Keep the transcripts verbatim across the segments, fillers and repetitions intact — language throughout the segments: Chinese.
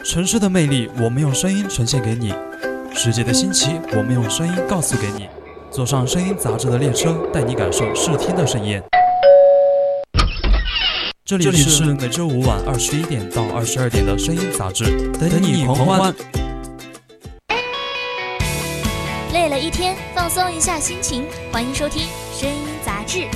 城市的魅力，我们用声音呈现给你；世界的新奇，我们用声音告诉给你。坐上声音杂志的列车，带你感受视听的盛宴。这里是每周五晚二十一点到二十二点的声音杂志，等你狂欢。 累了一天，放松一下心情，欢迎收听声音杂志。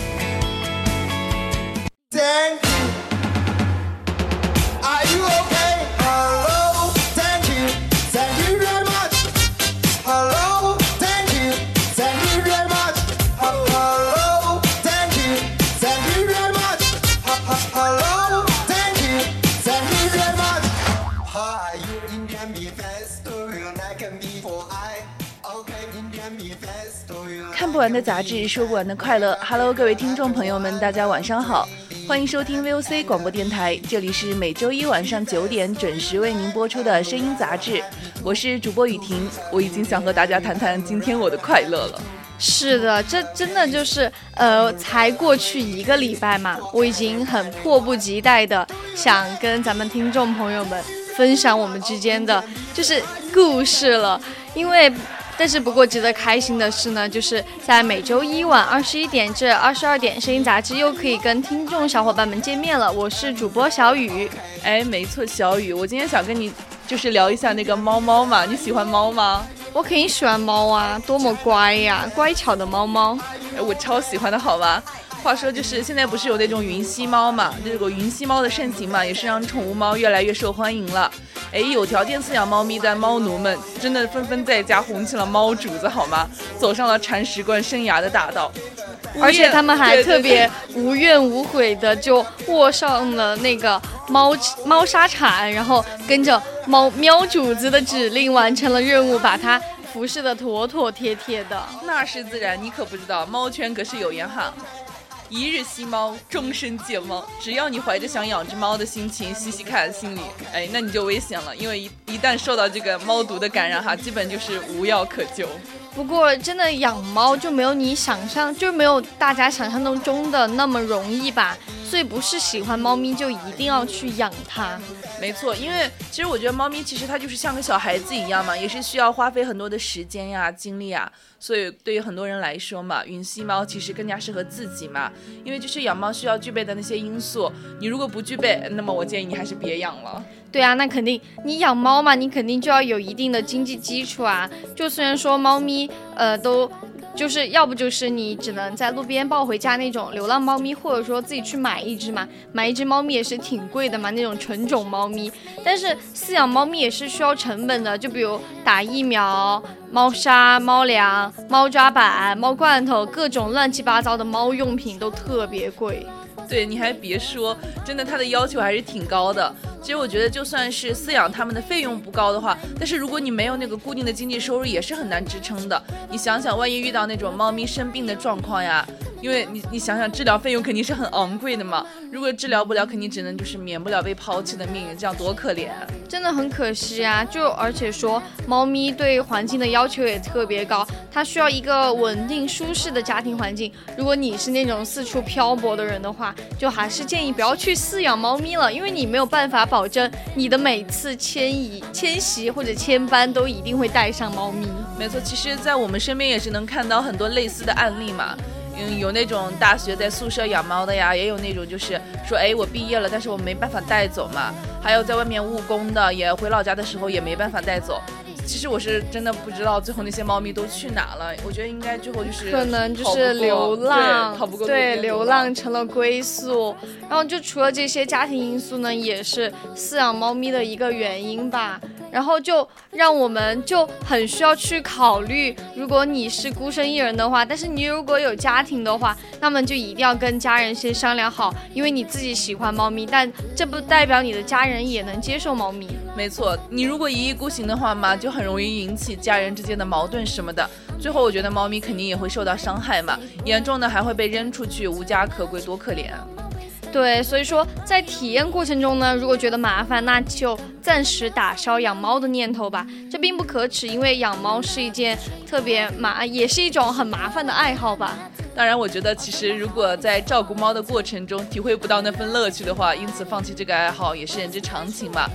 看不完的杂志，说不完的快乐。Hello， 各位听众朋友们，大家晚上好，欢迎收听 V O C 广播电台，这里是每周一晚上九点准时为您播出的声音杂志，我是主播雨婷，我已经想和大家谈谈今天我的快乐了。 是的，这真的就是呃，才过去一个礼拜嘛，我已经很迫不及待的想跟咱们听众朋友们分享我们之间的就是故事了，因为。但是不过值得开心的是呢，就是在每周一晚二十一点至二十二点，声音杂志又可以跟听众小伙伴们见面了。我是主播小雨。 哎，没错，小雨，我今天想跟你就是聊一下那个猫猫嘛，你喜欢猫吗？ 我肯定喜欢猫啊，多么乖呀，乖巧的猫猫。 哎，我超喜欢的，好吧。话说就是现在不是有那种云吸猫嘛，这个云吸猫的盛行嘛，也是让宠物猫越来越受欢迎了。哎，有条件饲养猫咪的猫奴们真的纷纷在家红起了猫主子，好吗？走上了铲屎官生涯的大道， 而且他们还特别无怨无悔的就握上了那个猫猫砂铲，然后跟着猫喵主子的指令完成了任务，把它服侍的妥妥帖帖的。 那是自然，你可不知道，猫圈可是有言哈。一日吸猫，终身戒猫。只要你怀着想养只猫的心情，细细看心里，哎，那你就危险了，因为一一旦受到这个猫毒的感染哈，基本就是无药可救。 不过真的养猫就没有你想象，就没有大家想象当中的那么容易吧？所以不是喜欢猫咪就一定要去养它。 没错，因为其实我觉得猫咪其实它就是像个小孩子一样嘛，也是需要花费很多的时间呀、精力啊。所以对于很多人来说嘛，云吸猫其实更加适合自己嘛，因为就是养猫需要具备的那些因素，你如果不具备，那么我建议你还是别养了。 对啊，那肯定，你养猫嘛，你肯定就要有一定的经济基础啊。就虽然说猫咪，呃，都就是要不就是你只能在路边抱回家那种流浪猫咪，或者说自己去买一只嘛，买一只猫咪也是挺贵的嘛，那种纯种猫咪。但是饲养猫咪也是需要成本的，就比如打疫苗、猫砂、猫粮、猫抓板、猫罐头，各种乱七八糟的猫用品都特别贵。 对，你还别说，真的它的要求还是挺高的。其实我觉得就算是饲养它们的费用不高的话，但是如果你没有那个固定的经济收入，也是很难支撑的。你想想，万一遇到那种猫咪生病的状况呀，因为你你想想治疗费用肯定是很昂贵的嘛，如果治疗不了，肯定只能就是免不了被抛弃的命运，这样多可怜啊。 真的很可惜啊，就而且说猫咪对环境的要求也特别高，它需要一个稳定舒适的家庭环境。如果你是那种四处漂泊的人的话，就还是建议不要去饲养猫咪了，因为你没有办法保证你的每次迁移迁徙或者迁搬都一定会带上猫咪。 没错，其实在我们身边也是能看到很多类似的案例嘛。嗯，有那种大学在宿舍养猫的呀，也有那种就是说，哎，我毕业了，但是我没办法带走嘛。还有在外面务工的，也回老家的时候也没办法带走。其实我是真的不知道最后那些猫咪都去哪了。我觉得应该最后就是可能就是流浪， 对，逃不过对，流浪成了归宿。然后就除了这些家庭因素呢，也是饲养猫咪的一个原因吧。然后就让我们就很需要去考虑，如果你是孤身一人的话，但是你如果有家庭的话，那么就一定要跟家人先商量好，因为你自己喜欢猫咪，但这不代表你的家人也能接受猫咪。 没错，你如果一意孤行的话嘛，就很容易引起家人之间的矛盾什么的，最后我觉得猫咪肯定也会受到伤害嘛，严重的还会被扔出去，无家可归，多可怜啊。 对，所以说在体验过程中呢，如果觉得麻烦，那就暂时打消养猫的念头吧。这并不可耻，因为养猫是一件特别麻，也是一种很麻烦的爱好吧。 当然，我觉得其实如果在照顾猫的过程中体会不到那份乐趣的话，因此放弃这个爱好也是人之常情嘛。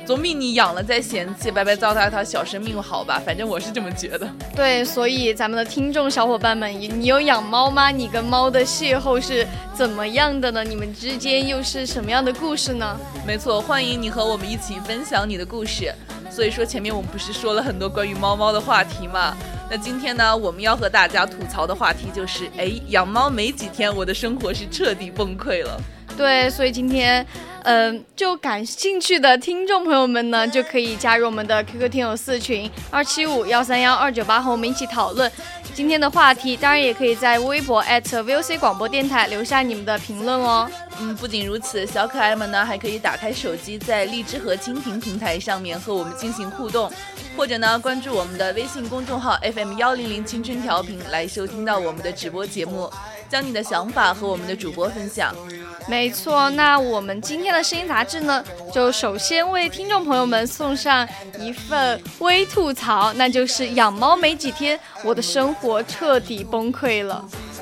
总比你养了再嫌弃白白糟蹋它小生命好吧，反正我是这么觉得。 对，所以咱们的听众小伙伴们，你有养猫吗？你跟猫的邂逅是怎么样的呢？你们之间又是什么样的故事呢？ 没错，欢迎你和我们一起分享你的故事。所以说前面我们不是说了很多关于猫猫的话题吗？那今天呢，我们要和大家吐槽的话题就是，哎，养猫没几天，我的生活是彻底崩溃了。 对，所以今天，嗯、呃，就感兴趣的听众朋友们呢，就可以加入我们的 Q Q 听友四群二七五幺三幺二九八，和我们一起讨论今天的话题。当然，也可以在微博 at V O C 广播电台留下你们的评论哦。 嗯，不仅如此，小可爱们呢还可以打开手机，在荔枝和蜻蜓平台上面和我们进行互动，或者呢关注我们的微信公众号 F M 一零零青春调频来收听到我们的直播节目，将你的想法和我们的主播分享。 没错，那我们今天的声音杂志呢，就首先为听众朋友们送上一份微吐槽，那就是养猫没几天，我的生活彻底崩溃了。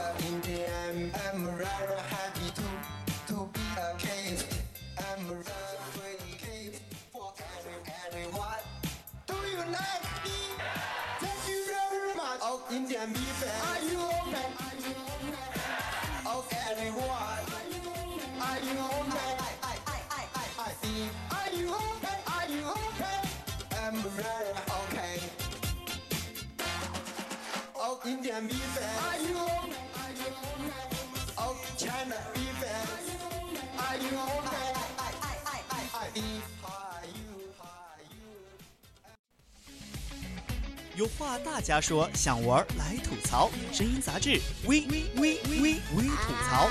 有话大家说，想玩来吐槽，声音杂志微微微微吐槽。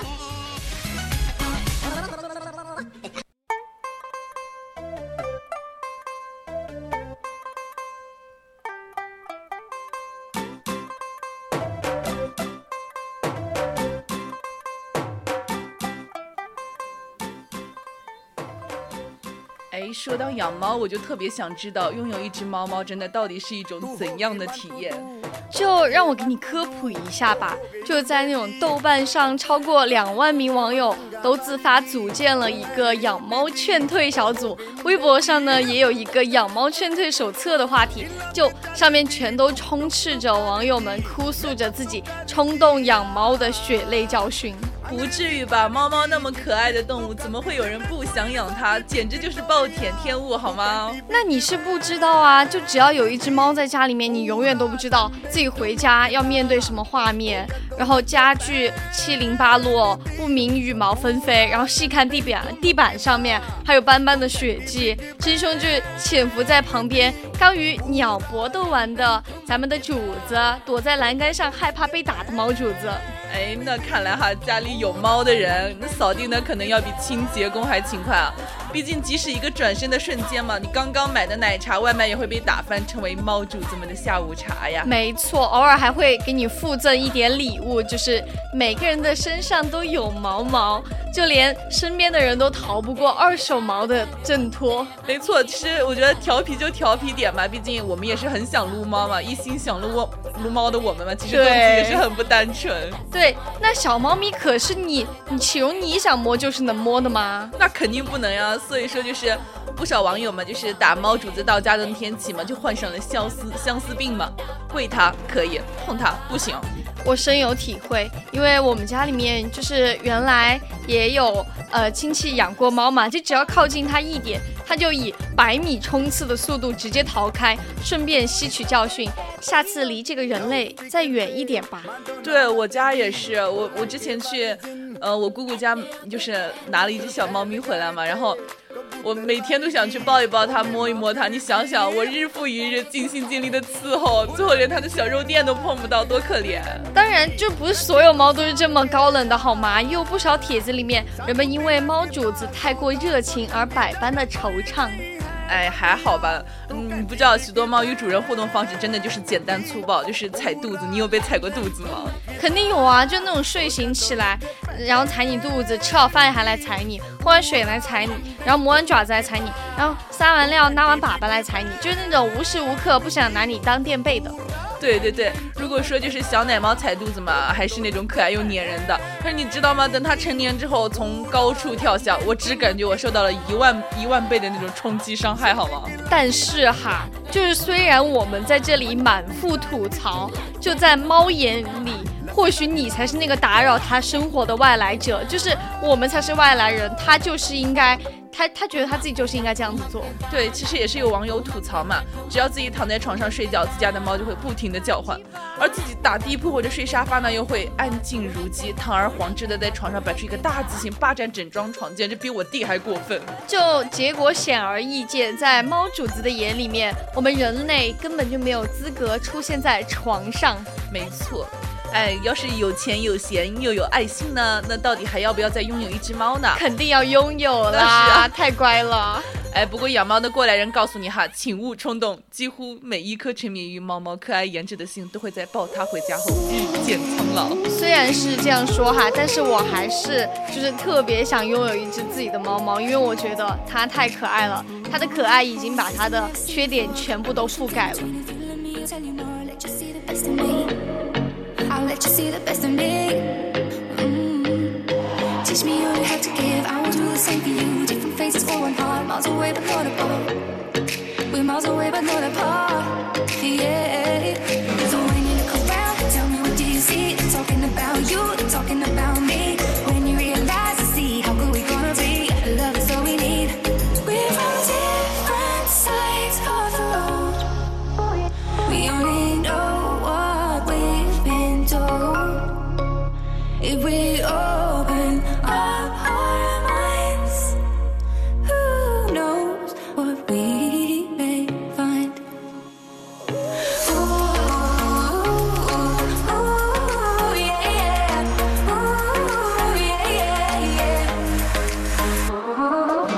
哎，说到养猫，我就特别想知道，拥有一只猫猫真的到底是一种怎样的体验？ 就让我给你科普一下吧。就在那种豆瓣上，超过两万名网友都自发组建了一个养猫劝退小组。微博上呢，也有一个养猫劝退手册的话题，就上面全都充斥着网友们哭诉着自己冲动养猫的血泪教训。 不至于吧，猫猫那么可爱的动物，怎么会有人不想养它？简直就是暴殄天物好吗？ 那你是不知道啊，就只要有一只猫在家里面，你永远都不知道自己回家要面对什么画面，然后家具七零八落，不明羽毛纷飞，然后细看地板地板上面还有斑斑的血迹，真凶就潜伏在旁边，刚与鸟搏斗完的咱们的主子，躲在栏杆上害怕被打的猫主子。 哎，那看来哈，家里有猫的人，那扫地呢可能要比清洁工还勤快啊。毕竟即使一个转身的瞬间嘛，你刚刚买的奶茶外卖也会被打翻，成为猫主子们的下午茶呀。 没错，偶尔还会给你附赠一点礼物，就是每个人的身上都有毛毛，就连身边的人都逃不过二手毛的挣脱。 没错，其实我觉得调皮就调皮点嘛，毕竟我们也是很想撸猫嘛，一心想撸撸猫的我们嘛，其实动机也是很不单纯。 对，那小猫咪可是你，你岂容你想摸就是能摸的吗？ 那肯定不能呀。所以说就是不少网友嘛，就是打猫主子到家灯天起嘛，就患上了相思相思病嘛，喂它可以，碰它不行。 我深有体会，因为我们家里面就是原来也有呃亲戚养过猫嘛，就只要靠近它一点，它就以百米冲刺的速度直接逃开，顺便吸取教训，下次离这个人类再远一点吧。 对，我家也是，我我之前去呃我姑姑家就是拿了一只小猫咪回来嘛，然后我每天都想去抱一抱它，摸一摸它。你想想，我日复一日尽心尽力的伺候，最后连它的小肉垫都碰不到，多可怜。 当然，就不是所有猫都是这么高冷的好吗？也有不少帖子里面，人们因为猫主子太过热情而百般的惆怅。 哎，还好吧。嗯，你不知道许多猫与主人互动方式真的就是简单粗暴，就是踩肚子。你有被踩过肚子吗？ 肯定有啊，就那种睡醒起来，然后踩你肚子，吃好饭还来踩你，喝完水来踩你，然后磨完爪子来踩你，然后撒完料拉完粑粑来踩你，就是那种无时无刻不想拿你当垫背的。 对对对，如果说就是小奶猫踩肚子嘛，还是那种可爱又粘人的。可是你知道吗？等它成年之后，从高处跳下，我只感觉我受到了一万一万倍的那种冲击伤害，好吗？ 但是哈，就是虽然我们在这里满腹吐槽，就在猫眼里，或许你才是那个打扰它生活的外来者，就是我们才是外来人，它就是应该。他他觉得他自己就是应该这样子做。 对，其实也是有网友吐槽嘛，只要自己躺在床上睡觉，自家的猫就会不停的叫唤，而自己打地铺或者睡沙发呢，又会安静如鸡，堂而皇之的在床上摆出一个大字形，霸占整张床，简直比我弟还过分。 就结果显而易见，在猫主子的眼里面，我们人类根本就没有资格出现在床上。 没错。哎，要是有钱有闲又有爱心呢，那到底还要不要再拥有一只猫呢？ 肯定要拥有啦，啊、太乖了。 哎，不过养猫的过来人告诉你哈，请勿冲动，几乎每一颗沉迷于猫猫可爱颜值的心，都会在抱它回家后日渐苍老。 虽然是这样说哈，但是我还是就是特别想拥有一只自己的猫猫，因为我觉得它太可爱了，它的可爱已经把它的缺点全部都覆盖了。 I'll let you see the best of me. Mm-hmm. Teach me all you have to give. I will do the same for you. Different faces for one heart. Miles away but not apart. We're miles away but not apart. Yeah. So when you look around, tell me what do you see? They're talking about you. They're talking about me. When you realize and see how good we're gonna be. Love is all we need. We're from different sides of the road. We only know what we've been told. If we open up our minds, who knows what we may find. Ooh, ooh, ooh, yeah, yeah. Ooh, yeah, yeah, yeah. Ooh.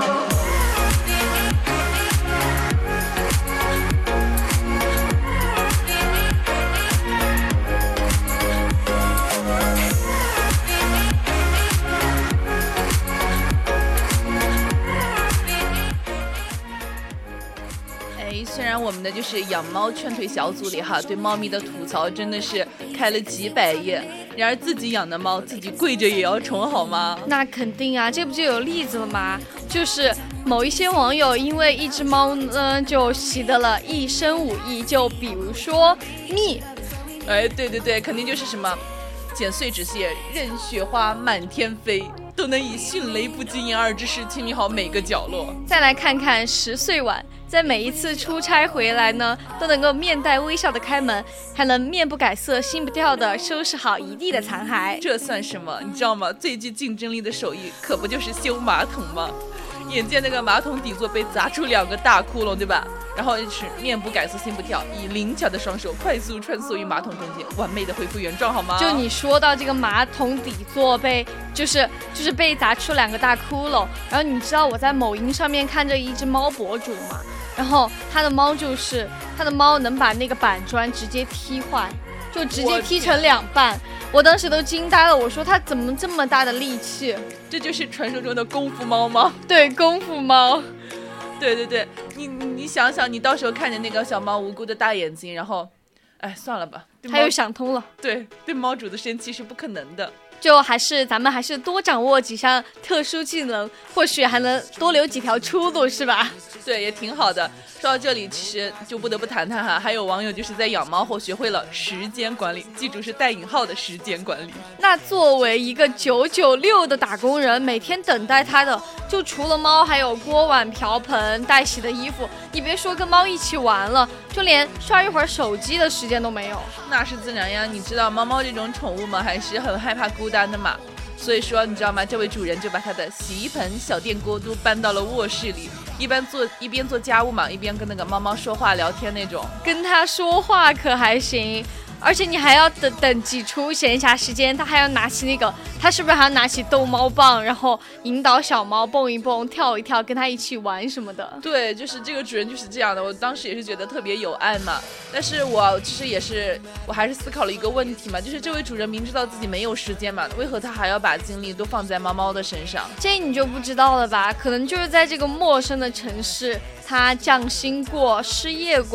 虽然我们的就是养猫劝退小组里哈，对猫咪的吐槽真的是开了几百页，然而自己养的猫自己跪着也要宠好吗？ 那肯定啊，这不就有例子了吗？就是某一些网友因为一只猫呢就习得了一身武艺，就比如说蜜。 哎，对对对，肯定就是什么剪碎纸屑，任雪花满天飞，都能以迅雷不及掩耳之势清理好每个角落。 再来看看十岁晚，在每一次出差回来呢，都能够面带微笑的开门，还能面不改色心不跳的收拾好一地的残骸。 这算什么？你知道吗？最具竞争力的手艺可不就是修马桶吗？眼见那个马桶底座被砸出两个大窟窿，对吧？然后是面不改色心不跳，以灵巧的双手快速穿梭于马桶中间，完美的恢复原状，好吗？ 就你说到这个马桶底座被就是就是被砸出两个大窟窿，然后你知道我在某音上面看着一只猫博主嘛，然后他的猫就是他的猫能把那个板砖直接踢坏，就直接踢成两半。我当时都惊呆了，我说他怎么这么大的力气？ 这就是传说中的功夫猫吗？ 对，功夫猫。 对对对，你你想想，你到时候看着那个小猫无辜的大眼睛，然后，哎，算了吧。 他又想通了。 对，对猫主子生气是不可能的。 就还是咱们还是多掌握几项特殊技能，或许还能多留几条出路，是吧？ 对，也挺好的。说到这里，其实就不得不谈谈哈，还有网友就是在养猫后学会了时间管理，记住是带引号的时间管理。 那作为一个九九六的打工人，每天等待他的就除了猫，还有锅碗瓢盆、待洗的衣服。你别说跟猫一起玩了，就连刷一会儿手机的时间都没有。 那是自然呀，你知道猫猫这种宠物嘛，还是很害怕孤单的嘛。所以说，你知道吗？这位主人就把他的洗衣盆、小电锅都搬到了卧室里，一边做一边做家务嘛，一边跟那个猫猫说话聊天那种。 跟他说话可还行，而且你还要等等挤出闲暇时间，他还要拿起那个，他是不是还要拿起逗猫棒，然后引导小猫蹦一蹦、跳一跳，跟他一起玩什么的？ 对，就是这个主人就是这样的。我当时也是觉得特别有爱嘛，但是我其实也是，我还是思考了一个问题嘛，就是这位主人明知道自己没有时间嘛，为何他还要把精力都放在猫猫的身上？ 这你就不知道了吧？可能就是在这个陌生的城市，他降薪过、失业过，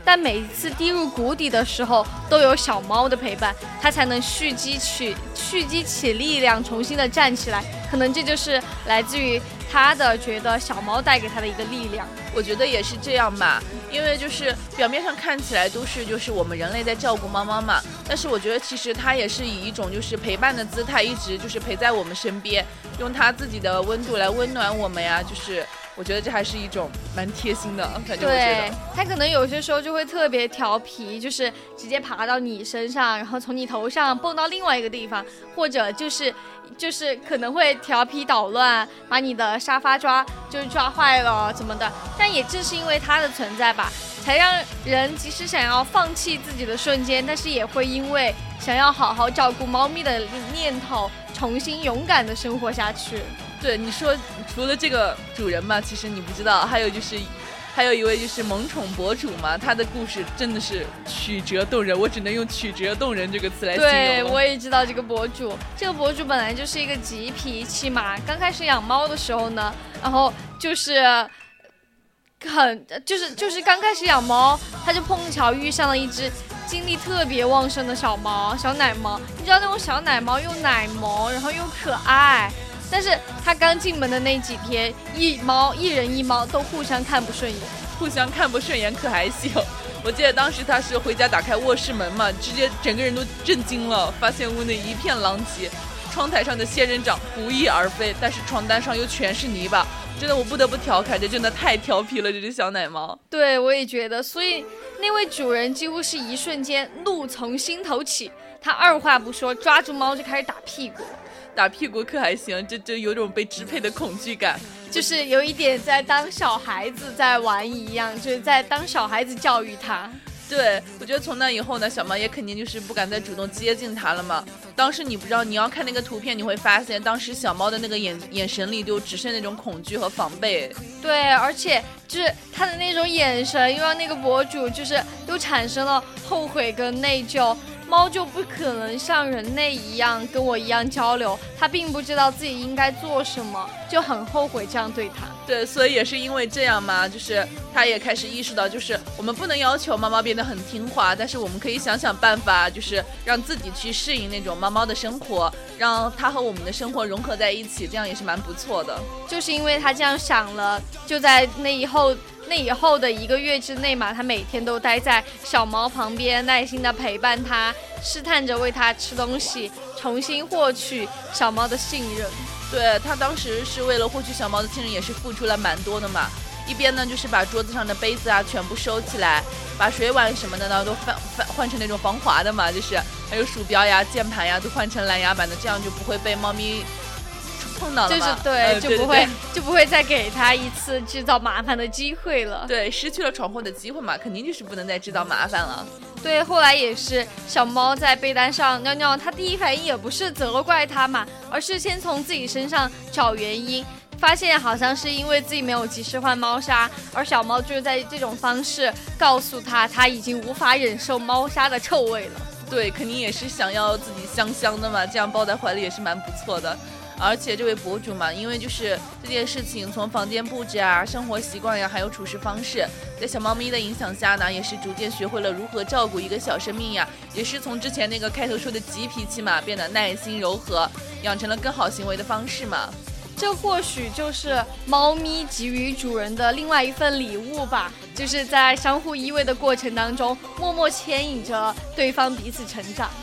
但每一次低入谷底的时候都有小猫的陪伴，它才能蓄积起蓄积起力量，重新的站起来。可能这就是来自于他的觉得小猫带给他的一个力量。 我觉得也是这样吧，因为就是表面上看起来都是就是我们人类在照顾猫猫嘛，但是我觉得其实它也是以一种就是陪伴的姿态，一直就是陪在我们身边，用它自己的温度来温暖我们呀，就是我觉得这还是一种蛮贴心的感觉。我觉对， 得它可能有些时候就会特别调皮，就是直接爬到你身上，然后从你头上蹦到另外一个地方，或者就是就是可能会调皮捣乱，把你的沙发抓就是抓坏了怎么的。但也正是因为它的存在吧，才让人即使想要放弃自己的瞬间，但是也会因为想要好好照顾猫咪的念头，重新勇敢的生活下去。 对，你说除了这个主人嘛，其实你不知道，还有就是还有一位就是萌宠博主嘛，他的故事真的是曲折动人，我只能用曲折动人这个词来形容。 对，我也知道这个博主，这个博主本来就是一个急脾气嘛，刚开始养猫的时候呢，然后就是很就是就是刚开始养猫，他就碰巧遇上了一只精力特别旺盛的小猫，小奶猫。你知道那种小奶猫又奶萌，然后又可爱。但是他刚进门的那几天，一猫一人一猫都互相看不顺眼， 互相看不顺眼可还行。我记得当时他是回家打开卧室门嘛，直接整个人都震惊了，发现屋内一片狼藉，窗台上的仙人掌不翼而飞，但是床单上又全是泥巴。真的，我不得不调侃，这真的太调皮了，这只小奶猫。 对，我也觉得，所以那位主人几乎是一瞬间怒从心头起，他二话不说，抓住猫就开始打屁股。 打屁股可还行，这这有种被支配的恐惧感， 就是有一点在当小孩子在玩一样，就是在当小孩子教育他。 对，我觉得从那以后呢，小猫也肯定就是不敢再主动接近它了嘛。当时你不知道，你要看那个图片，你会发现当时小猫的那个眼眼神里就只剩那种恐惧和防备。 对，而且就是它的那种眼神，又让那个博主就是又产生了后悔跟内疚。猫就不可能像人类一样跟我一样交流，它并不知道自己应该做什么，就很后悔这样对它。 对，所以也是因为这样嘛，就是它也开始意识到，就是我们不能要求猫猫变得很听话，但是我们可以想想办法，就是让自己去适应那种猫猫的生活，让它和我们的生活融合在一起，这样也是蛮不错的。 就是因为它这样想了，就在那以后那以后的一个月之内嘛，他每天都待在小猫旁边，耐心的陪伴它，试探着喂它吃东西，重新获取小猫的信任。 对，他当时是为了获取小猫的信任，也是付出了蛮多的嘛。一边呢，就是把桌子上的杯子啊全部收起来，把水碗什么的呢都换换换成那种防滑的嘛，就是还有鼠标呀、键盘呀都换成蓝牙版的，这样就不会被猫咪碰到了嘛， 就是对、呃、就不会对对对就不会再给他一次制造麻烦的机会了。 对，失去了闯祸的机会嘛，肯定就是不能再制造麻烦了。 对，后来也是小猫在被单上尿尿，它第一反应也不是责怪它嘛，而是先从自己身上找原因，发现好像是因为自己没有及时换猫砂，而小猫就是在这种方式告诉它，它已经无法忍受猫砂的臭味了。 对，肯定也是想要自己香香的嘛，这样抱在怀里也是蛮不错的。而且这位博主嘛，因为就是这件事情，从房间布置啊、生活习惯呀，还有处事方式，在小猫咪的影响下呢，也是逐渐学会了如何照顾一个小生命呀，也是从之前那个开头说的急脾气嘛，变得耐心柔和，养成了更好行为的方式嘛。 这或许就是猫咪给予主人的另外一份礼物吧，就是在相互依偎的过程当中，默默牵引着对方彼此成长。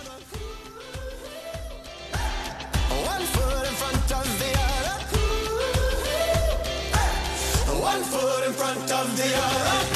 One foot in front of the other.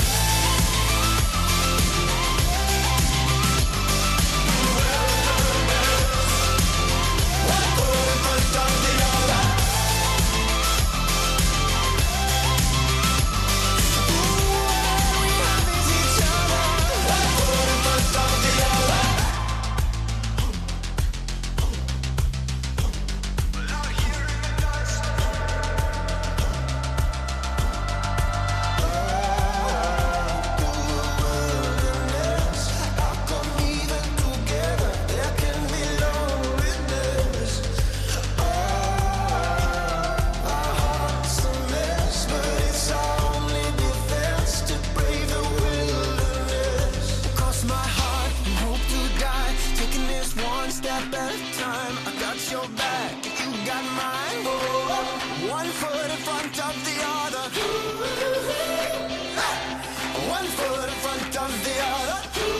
front of the other. One foot in front of the other.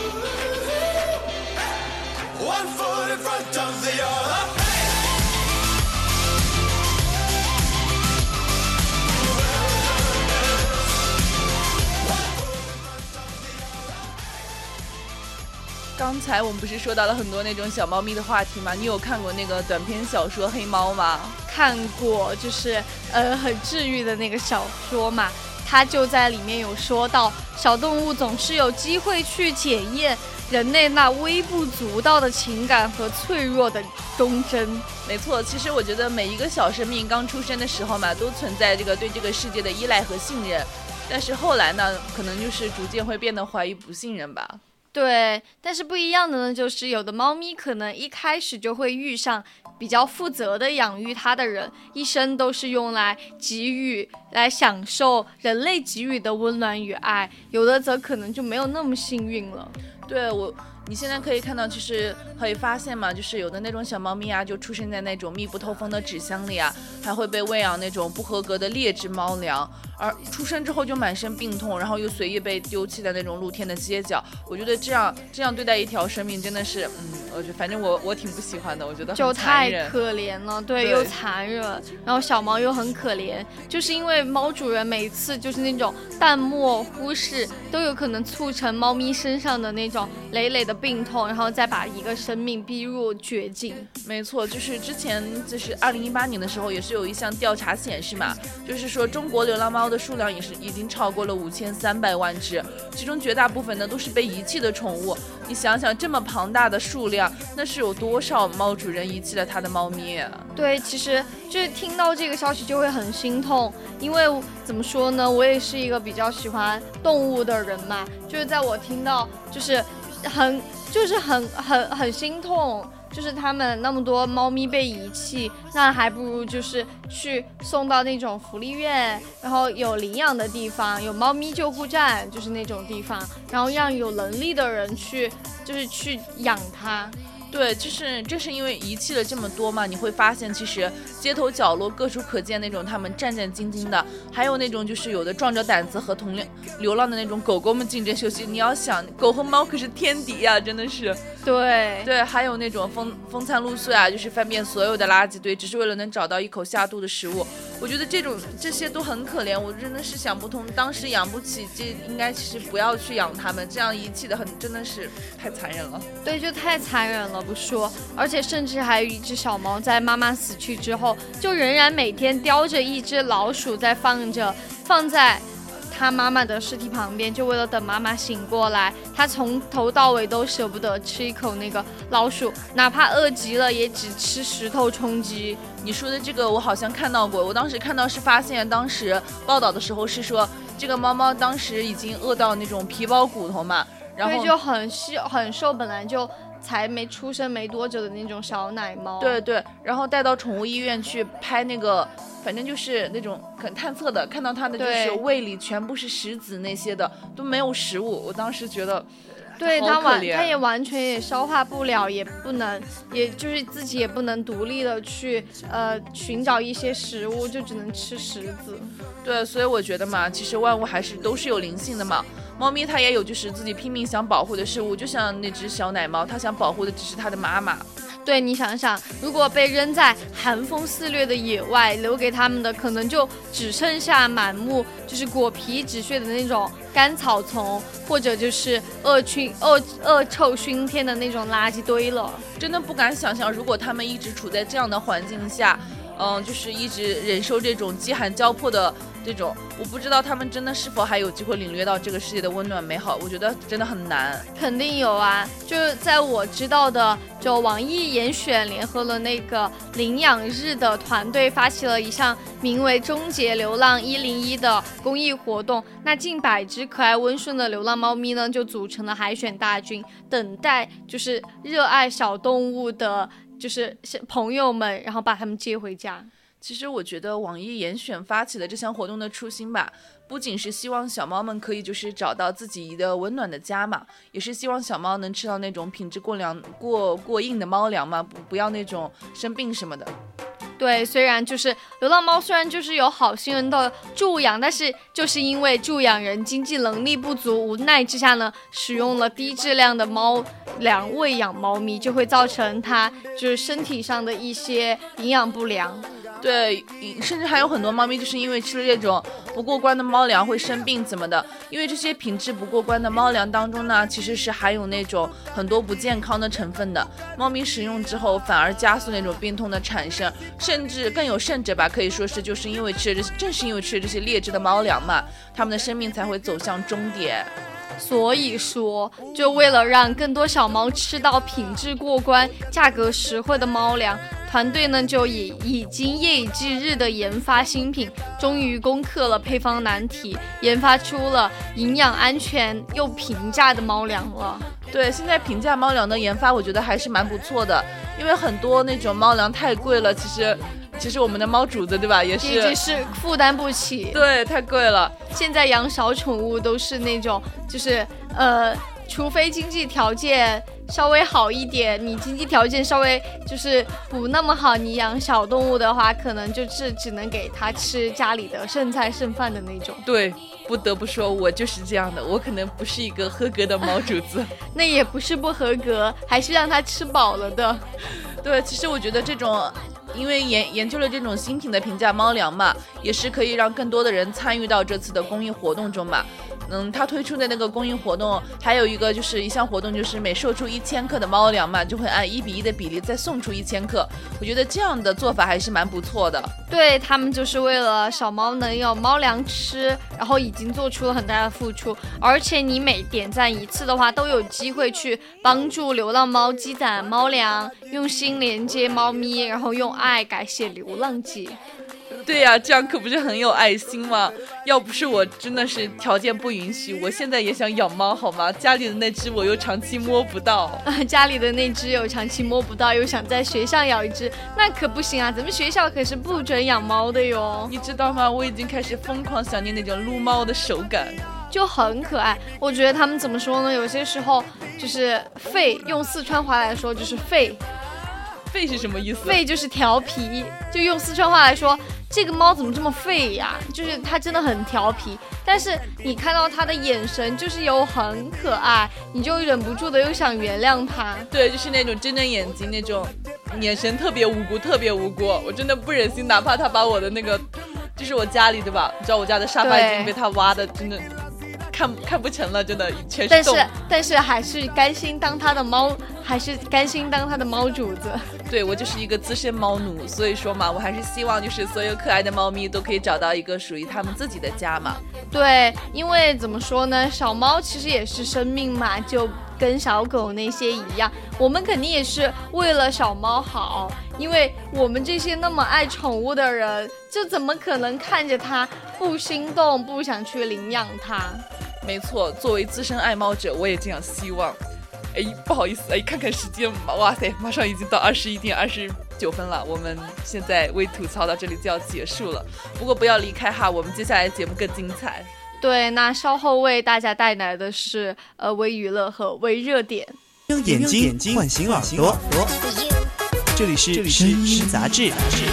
One foot in front of the other. Hey! 刚才我们不是说到了很多那种小猫咪的话题吗？你有看过那个短篇小说《黑猫》吗？ 看过，就是呃很治愈的那个小说嘛，它就在里面有说到，小动物总是有机会去检验人类那微不足道的情感和脆弱的忠贞。 没错，其实我觉得每一个小生命刚出生的时候嘛，都存在这个对这个世界的依赖和信任，但是后来呢，可能就是逐渐会变得怀疑不信任吧。 对，但是不一样的呢，就是有的猫咪可能一开始就会遇上比较负责的养育它的人，一生都是用来给予、来享受人类给予的温暖与爱，有的则可能就没有那么幸运了。 对我。你现在可以看到，其实可以发现嘛，就是有的那种小猫咪啊，就出生在那种密不透风的纸箱里啊，还会被喂养那种不合格的劣质猫粮，而出生之后就满身病痛，然后又随意被丢弃在那种露天的街角。我觉得这样这样对待一条生命真的是，嗯，我觉得反正我我挺不喜欢的，我觉得就很残忍， 太可怜了，对， 对又残忍，然后小猫又很可怜，就是因为猫主人每次就是那种淡漠忽视，都有可能促成猫咪身上的那种累累的病痛，然后再把一个生命逼入绝境。 没错，就是之前就是二零一八年的时候，也是有一项调查显示嘛，就是说中国流浪猫的数量也是已经超过了五千三百万只，其中绝大部分呢都是被遗弃的宠物。你想想，这么庞大的数量，那是有多少猫主人遗弃了他的猫咪啊？ 对，其实就是听到这个消息就会很心痛，因为怎么说呢，我也是一个比较喜欢动物的人嘛，就是在我听到就是很就是很很很心痛，就是他们那么多猫咪被遗弃，那还不如就是去送到那种福利院，然后有领养的地方，有猫咪救护站，就是那种地方，然后让有能力的人去就是去养它。 对，就是正是因为遗弃了这么多嘛，你会发现其实街头角落各处可见那种他们战战兢兢的，还有那种就是有的壮着胆子和同流浪的那种狗狗们竞争休息。你要想，狗和猫可是天敌呀、啊，真的是。 对对，还有那种风风餐露宿啊，就是翻遍所有的垃圾堆，只是为了能找到一口下肚的食物。我觉得这种这些都很可怜，我真的是想不通，当时养不起，这应该其实不要去养它们，这样遗弃的很，真的是太残忍了。 对，就太残忍了不说，而且甚至还有一只小猫在妈妈死去之后，就仍然每天叼着一只老鼠在放着，放在他妈妈的尸体旁边，就为了等妈妈醒过来。他从头到尾都舍不得吃一口那个老鼠，哪怕饿极了也只吃石头充饥。 你说的这个我好像看到过，我当时看到是发现，当时报道的时候是说，这个猫猫当时已经饿到那种皮包骨头嘛，然后对，就很细很瘦，本来就才没出生没多久的那种小奶猫。 对对，然后带到宠物医院去拍那个，反正就是那种很探测的，看到它的就是胃里全部是石子那些的，都没有食物。我当时觉得， 对它完，它也完全也消化不了，也不能，也就是自己也不能独立的去呃寻找一些食物，就只能吃石子。 对，所以我觉得嘛，其实万物还是都是有灵性的嘛。猫咪它也有就是自己拼命想保护的事物，就像那只小奶猫，它想保护的只是它的妈妈。 对，你想想，如果被扔在寒风肆虐的野外，留给他们的可能就只剩下满目就是果皮纸屑的那种干草丛，或者就是恶熏恶恶臭熏天的那种垃圾堆了。 真的不敢想象，如果他们一直处在这样的环境下，嗯，就是一直忍受这种饥寒交迫的这种，我不知道他们真的是否还有机会领略到这个世界的温暖美好，我觉得真的很难。 肯定有啊，就是在我知道的，就网易严选联合了那个领养日的团队，发起了一项名为终结流浪一零一的公益活动。那近百只可爱温顺的流浪猫咪呢，就组成了海选大军，等待就是热爱小动物的就是朋友们，然后把他们接回家。 其实我觉得网易严选发起的这项活动的初心吧，不仅是希望小猫们可以就是找到自己的温暖的家嘛，也是希望小猫能吃到那种品质过良过过硬的猫粮嘛，不不要那种生病什么的。 对，虽然就是流浪猫，虽然就是有好心人的助养，但是就是因为助养人经济能力不足，无奈之下呢，使用了低质量的猫粮喂养猫咪，就会造成它就是身体上的一些营养不良。 对，甚至还有很多猫咪就是因为吃了这种不过关的猫粮会生病怎么的，因为这些品质不过关的猫粮当中呢，其实是含有那种很多不健康的成分的，猫咪食用之后反而加速那种病痛的产生，甚至更有甚者吧，可以说是就是因为吃了这正是因为吃了这些劣质的猫粮嘛，它们的生命才会走向终点。 所以说，就为了让更多小猫吃到品质过关、价格实惠的猫粮，团队呢就以已经夜以继日的研发新品，终于攻克了配方难题，研发出了营养安全又平价的猫粮了。 对，现在平价猫粮的研发，我觉得还是蛮不错的，因为很多那种猫粮太贵了，其实。其实我们的猫主子对吧，也是也就是负担不起， 对，太贵了。 现在养小宠物都是那种，就是呃，除非经济条件稍微好一点，你经济条件稍微就是不那么好，你养小动物的话，可能就是只能给它吃家里的剩菜剩饭的那种。 对，不得不说，我就是这样的，我可能不是一个合格的猫主子。 那也不是不合格，还是让它吃饱了的。 对，其实我觉得这种。因为研研究了这种新品的平价猫粮嘛，也是可以让更多的人参与到这次的公益活动中嘛。嗯，他推出的那个公益活动还有一个就是一项活动，就是每售出一千克的猫粮嘛，就会按一比一的比例再送出一千克。我觉得这样的做法还是蛮不错的。 对，他们就是为了小猫能有猫粮吃，然后已经做出了很大的付出。而且你每点赞一次的话，都有机会去帮助流浪猫积攒猫粮，用心连接猫咪，然后用爱改写流浪记。 对呀、啊，这样可不是很有爱心吗？要不是我真的是条件不允许，我现在也想养猫好吗？家里的那只我又长期摸不到， 家里的那只又长期摸不到，又想在学校养一只，那可不行啊！咱们学校可是不准养猫的哟， 你知道吗？我已经开始疯狂想念那种撸猫的手感。 就很可爱，我觉得他们怎么说呢？有些时候就是废，用四川话来说就是废。 废是什么意思？ 废就是调皮，就用四川话来说，这个猫怎么这么废呀？就是它真的很调皮，但是你看到它的眼神就是又很可爱，你就忍不住的又想原谅它。 对，就是那种睁着眼睛那种眼神特别无辜，特别无辜，我真的不忍心，哪怕它把我的那个，就是我家里对吧？你知道我家的沙发已经被它挖的真的。看看不成了，真的全是洞。 但是但是还是甘心当他的猫，还是甘心当他的猫主子。 对，我就是一个资深猫奴，所以说嘛，我还是希望就是所有可爱的猫咪都可以找到一个属于他们自己的家嘛。 对，因为怎么说呢，小猫其实也是生命嘛，就跟小狗那些一样，我们肯定也是为了小猫好，因为我们这些那么爱宠物的人，就怎么可能看着它不心动，不想去领养它？ 没错，作为资深爱猫者，我也这样希望。哎，不好意思，哎，看看时间，哇塞，马上已经到二十一点二十九分了，我们现在微吐槽到这里就要结束了。不过不要离开哈，我们接下来节目更精彩。 对，那稍后为大家带来的是呃微娱乐和微热点。 用眼睛眼睛唤醒耳朵，这里是声音杂志。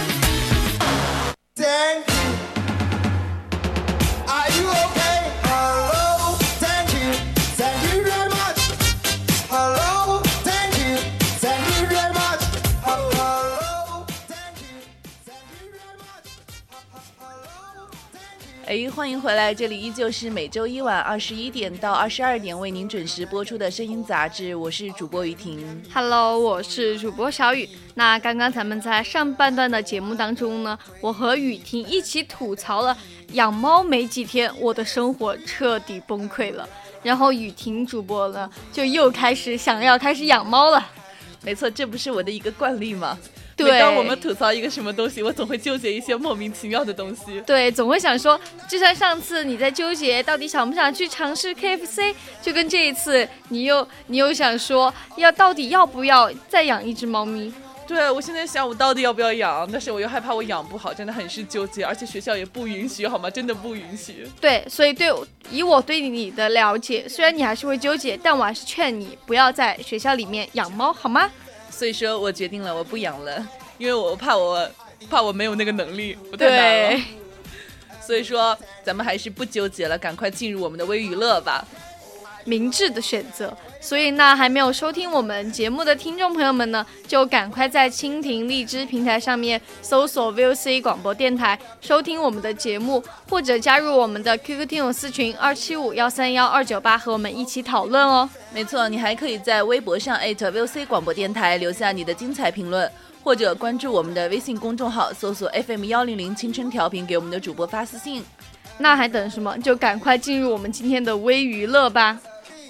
哎，欢迎回来！这里依旧是每周一晚二十一点到二十二点为您准时播出的声音杂志，我是主播雨婷。 Hello， 我是主播小雨。那刚刚咱们在上半段的节目当中呢，我和雨婷一起吐槽了养猫没几天，我的生活彻底崩溃了。然后雨婷主播呢，就又开始想要开始养猫了。 没错，这不是我的一个惯例吗？ 对， 每当我们吐槽一个什么东西，我总会纠结一些莫名其妙的东西。 对，总会想说，就像上次你在纠结到底想不想去尝试 K F C， 就跟这一次你又你又想说，要到底要不要再养一只猫咪？ 对，我现在想我到底要不要养，但是我又害怕我养不好，真的很是纠结，而且学校也不允许，好吗？真的不允许。 对，所以对以我对你的了解，虽然你还是会纠结，但我还是劝你不要在学校里面养猫，好吗？ 所以说我决定了，我不养了，因为我怕我怕我没有那个能力，不太难了。 对， 所以说咱们还是不纠结了，赶快进入我们的微娱乐吧。 明智的选择。所以那还没有收听我们节目的听众朋友们呢，就赶快在蜻蜓荔枝平台上面搜索 V O C 广播电台收听我们的节目，或者加入我们的 Q Q 听友私群二七五幺三幺二九八和我们一起讨论哦。 没错，你还可以在微博上艾特 V O C 广播电台留下你的精彩评论，或者关注我们的微信公众号，搜索 F M 一零零青春调频，给我们的主播发私信。 那还等什么？就赶快进入我们今天的微娱乐吧。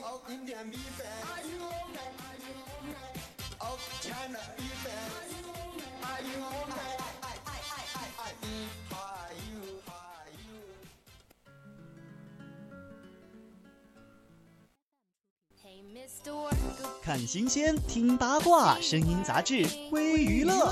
看新鲜，听八卦，声音杂志微娱乐。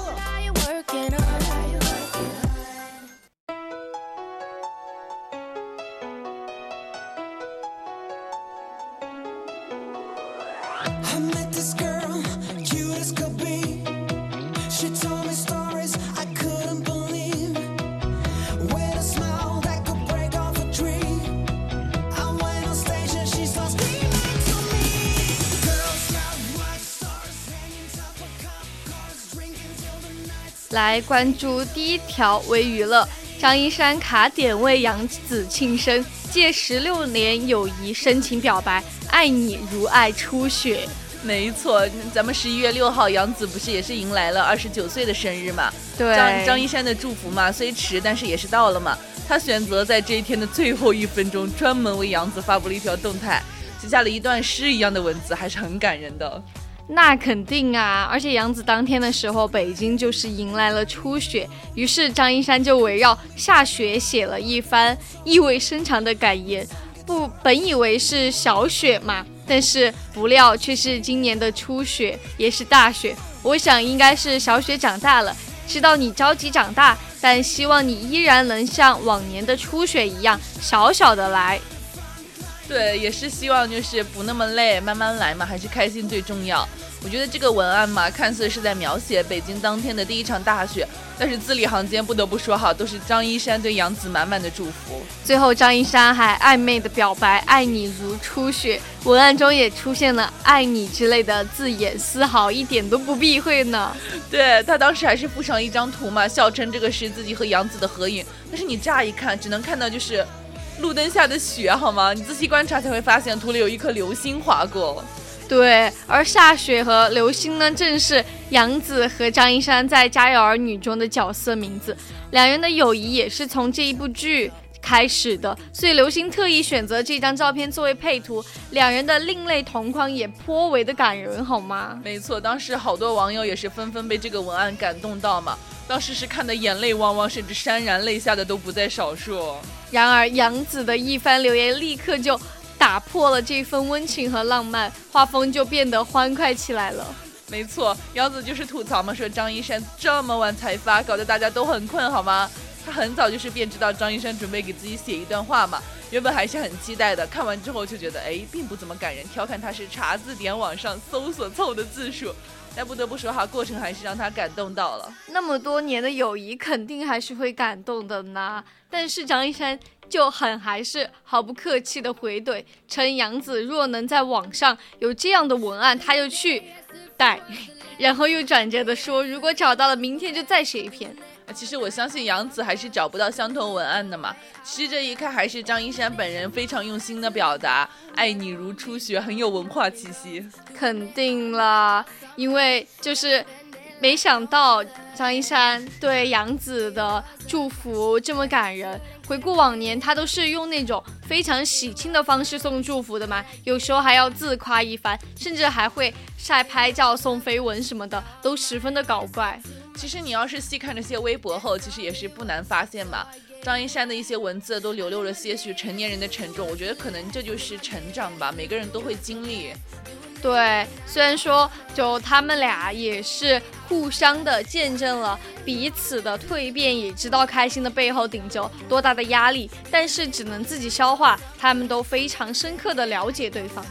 来关注第一条微娱乐，张一山卡点为杨紫庆生，借十六年友谊深情表白，爱你如爱初雪。 没错，咱们十一月六号，杨紫不是也是迎来了二十九岁的生日嘛？ 对， 张张一山的祝福嘛，虽迟，但是也是到了嘛。他选择在这一天的最后一分钟，专门为杨紫发布了一条动态，写下了一段诗一样的文字，还是很感人的。 那肯定啊，而且杨紫当天的时候，北京就是迎来了初雪，于是张一山就围绕下雪写了一番意味深长的感言。不，本以为是小雪嘛，但是不料却是今年的初雪，也是大雪。我想应该是小雪长大了，知道你着急长大，但希望你依然能像往年的初雪一样小小的来。 对，也是希望就是不那么累，慢慢来嘛，还是开心最重要。我觉得这个文案嘛，看似是在描写北京当天的第一场大雪，但是字里行间不得不说好，都是张一山对杨紫满满的祝福。 最后张一山还暧昧的表白爱你如初雪，文案中也出现了爱你之类的字眼，丝毫一点都不避讳呢。 对，他当时还是附上一张图嘛，笑称这个是自己和杨紫的合影，但是你乍一看只能看到就是路灯下的雪，好吗？你仔细观察才会发现图里有一颗流星划过。 对，而下雪和流星呢，正是杨紫和张一山在《家有儿女》中的角色名字，两人的友谊也是从这一部剧开始的，所以刘星特意选择这张照片作为配图，两人的另类同框也颇为的感人，好吗？ 没错，当时好多网友也是纷纷被这个文案感动到嘛，当时是看得眼泪汪汪，甚至潸然泪下的都不在少数。 然而杨紫的一番留言立刻就打破了这份温情和浪漫，画风就变得欢快起来了。 没错，杨紫就是吐槽嘛，说张一山这么晚才发，搞得大家都很困，好吗？他很早就是便知道张一山准备给自己写一段话嘛，原本还是很期待的，看完之后就觉得哎，并不怎么感人，调侃他是查字典网上搜索凑的字数。但不得不说哈，过程还是让他感动到了。 那么多年的友谊，肯定还是会感动的呢。但是张一山就很还是毫不客气的回怼，称杨紫若能在网上有这样的文案，他就去带，然后又转折的说，如果找到了，明天就再写一篇。 其实我相信杨紫还是找不到相同文案的嘛。其实这一看还是张一山本人非常用心的表达，爱你如初雪，很有文化气息。 肯定啦，因为就是没想到张一山对杨紫的祝福这么感人。回顾往年，他都是用那种非常喜庆的方式送祝福的嘛，有时候还要自夸一番，甚至还会晒拍照送绯闻什么的，都十分的搞怪。 其实你要是细看这些微博后，其实也是不难发现嘛，张一山的一些文字都流露了些许成年人的沉重，我觉得可能这就是成长吧，每个人都会经历。 对，虽然说就他们俩也是互相的见证了彼此的蜕变，也知道开心的背后顶着多大的压力，但是只能自己消化，他们都非常深刻的了解对方。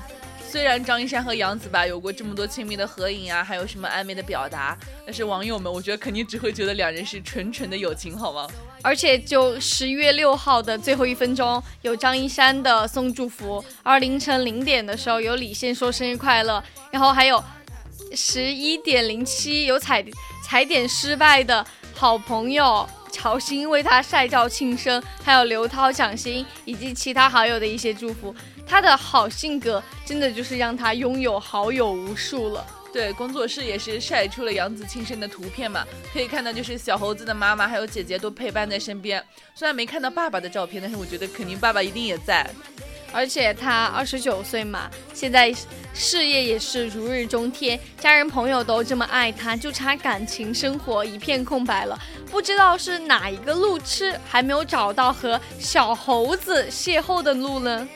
虽然张一山和杨紫吧有过这么多亲密的合影啊，还有什么暧昧的表达，但是网友们我觉得肯定只会觉得两人是纯纯的友情，好吗？ 而且就十一月六号的最后一分钟，有张一山的送祝福，而凌晨零点的时候有李现说生日快乐，然后还有十一点零七有踩踩点失败的好朋友乔欣为他晒照庆生，还有刘涛、蒋欣以及其他好友的一些祝福。他的好性格真的就是让他拥有好友无数了。 对，工作室也是晒出了杨紫庆生的图片嘛，可以看到就是小猴子的妈妈还有姐姐都陪伴在身边。虽然没看到爸爸的照片，但是我觉得肯定爸爸一定也在。 而且他二十九岁嘛，现在事业也是如日中天，家人朋友都这么爱他，就差感情生活一片空白了。不知道是哪一个路痴还没有找到和小猴子邂逅的路呢？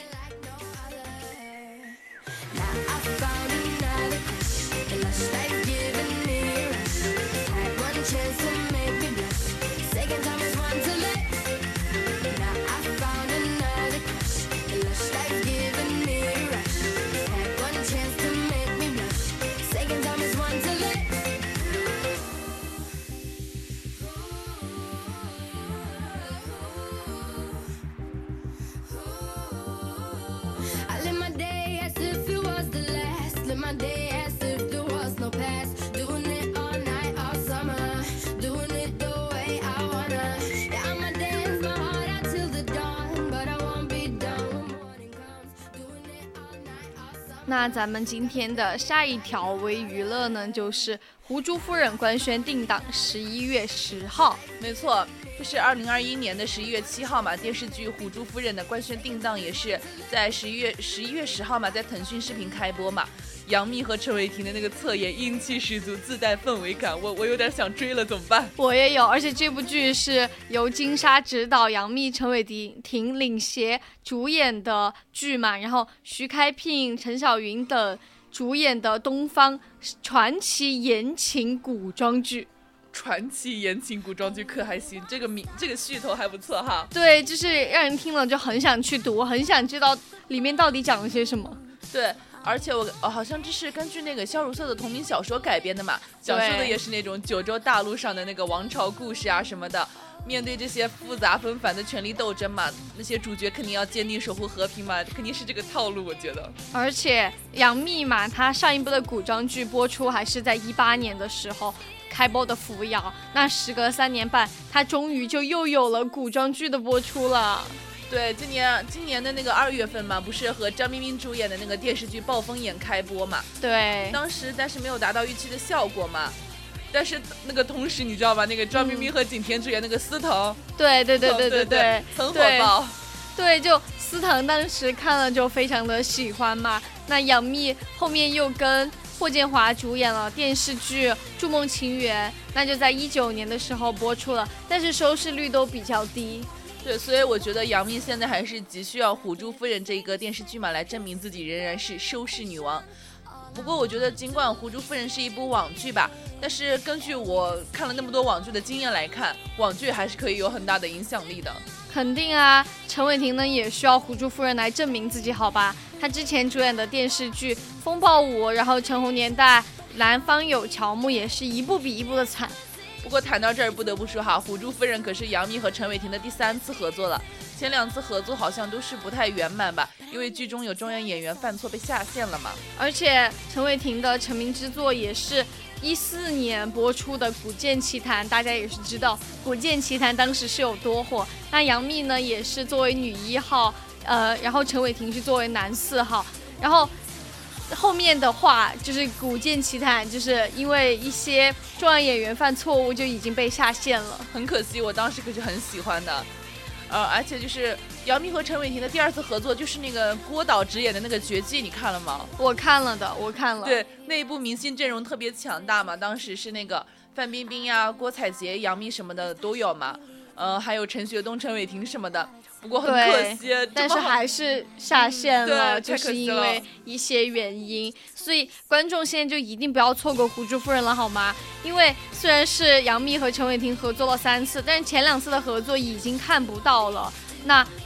那咱们今天的下一条微娱乐呢，就是胡珠夫人官宣定档十一月十号。 没错，就是二零二一年的十一月七号嘛，电视剧《胡珠夫人》的官宣定档也是在十一月十一月十号嘛，在腾讯视频开播嘛。杨幂和陈伟霆的那个侧颜英气十足，自带氛围感，我我有点想追了，怎么办？ 我也有，而且这部剧是由金莎执导，杨幂、陈伟霆领衔主演的剧嘛，然后徐开闢、陈晓云等主演的东方传奇言情古装剧。 传奇言情古装剧可还行，这个名这个噱头还不错哈。 对，就是让人听了就很想去读，很想知道里面到底讲了些什么。 对。而且我、哦、好像这是根据那个萧如瑟的同名小说改编的嘛，讲述的也是那种九州大陆上的那个王朝故事啊什么的。面对这些复杂纷繁的权力斗争嘛，那些主角肯定要坚定守护和平嘛，肯定是这个套路，我觉得。 而且杨幂嘛，她上一部的古装剧播出还是在一八年的时候开播的《扶摇》，那时隔三年半，她终于就又有了古装剧的播出了。 对，今年今年的那个二月份嘛，不是和张彬彬主演的那个电视剧《暴风眼》开播嘛？ 对， 当时但是没有达到预期的效果嘛。但是那个同时，你知道吧？那个张彬彬和景甜主演那个司藤， 嗯、对对对对对对, 对, 对，很火爆。 对，就司藤当时看了就非常的喜欢嘛。那杨幂后面又跟霍建华主演了电视剧《筑梦情缘》，那就在一九年的时候播出了，但是收视率都比较低。 对，所以我觉得杨幂现在还是急需要《虎珠夫人》这一个电视剧嘛，来证明自己仍然是收视女王。不过我觉得尽管《胡珠夫人》是一部网剧吧，但是根据我看了那么多网剧的经验来看，网剧还是可以有很大的影响力的。 肯定啊，陈伟霆呢也需要《胡珠夫人》来证明自己，好吧？他之前主演的电视剧《风暴五》，然后《陈红年代》《南方有乔木》也是一部比一部的惨。 不过谈到这儿，不得不说哈，《虎珠夫人》可是杨幂和陈伟霆的第三次合作了，前两次合作好像都是不太圆满吧，因为剧中有中原演员犯错被下线了嘛。 而且陈伟霆的成名之作也是一四年播出的《古剑奇谭》，大家也是知道《古剑奇谭》当时是有多火。那杨幂呢也是作为女一号，呃，然后陈伟霆是作为男四号，然后。后面的话就是《古剑奇谭》，就是因为一些重要演员犯错误就已经被下线了， 很可惜，我当时可是很喜欢的。呃，而且就是杨幂和陈伟霆的第二次合作，就是那个郭导执演的那个《绝技》，你看了吗？ 我看了的，我看了。 对，那一部明星阵容特别强大嘛，当时是那个范冰冰呀、郭采洁、杨幂什么的都有嘛。呃，还有陈学冬、陈伟霆什么的，不过很可惜， 但是还是下线了， 嗯、 就是因为一些原因，所以观众现在就一定不要错过《胡珠夫人》了，好吗？因为虽然是杨幂和陈伟霆合作了三次，但是前两次的合作已经看不到了。那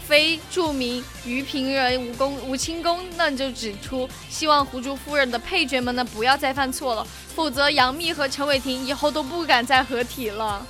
非著名于平人吴公吴清公呢就指出，希望胡珠夫人的配角们呢不要再犯错了，否则杨幂和陈伟霆以后都不敢再合体了。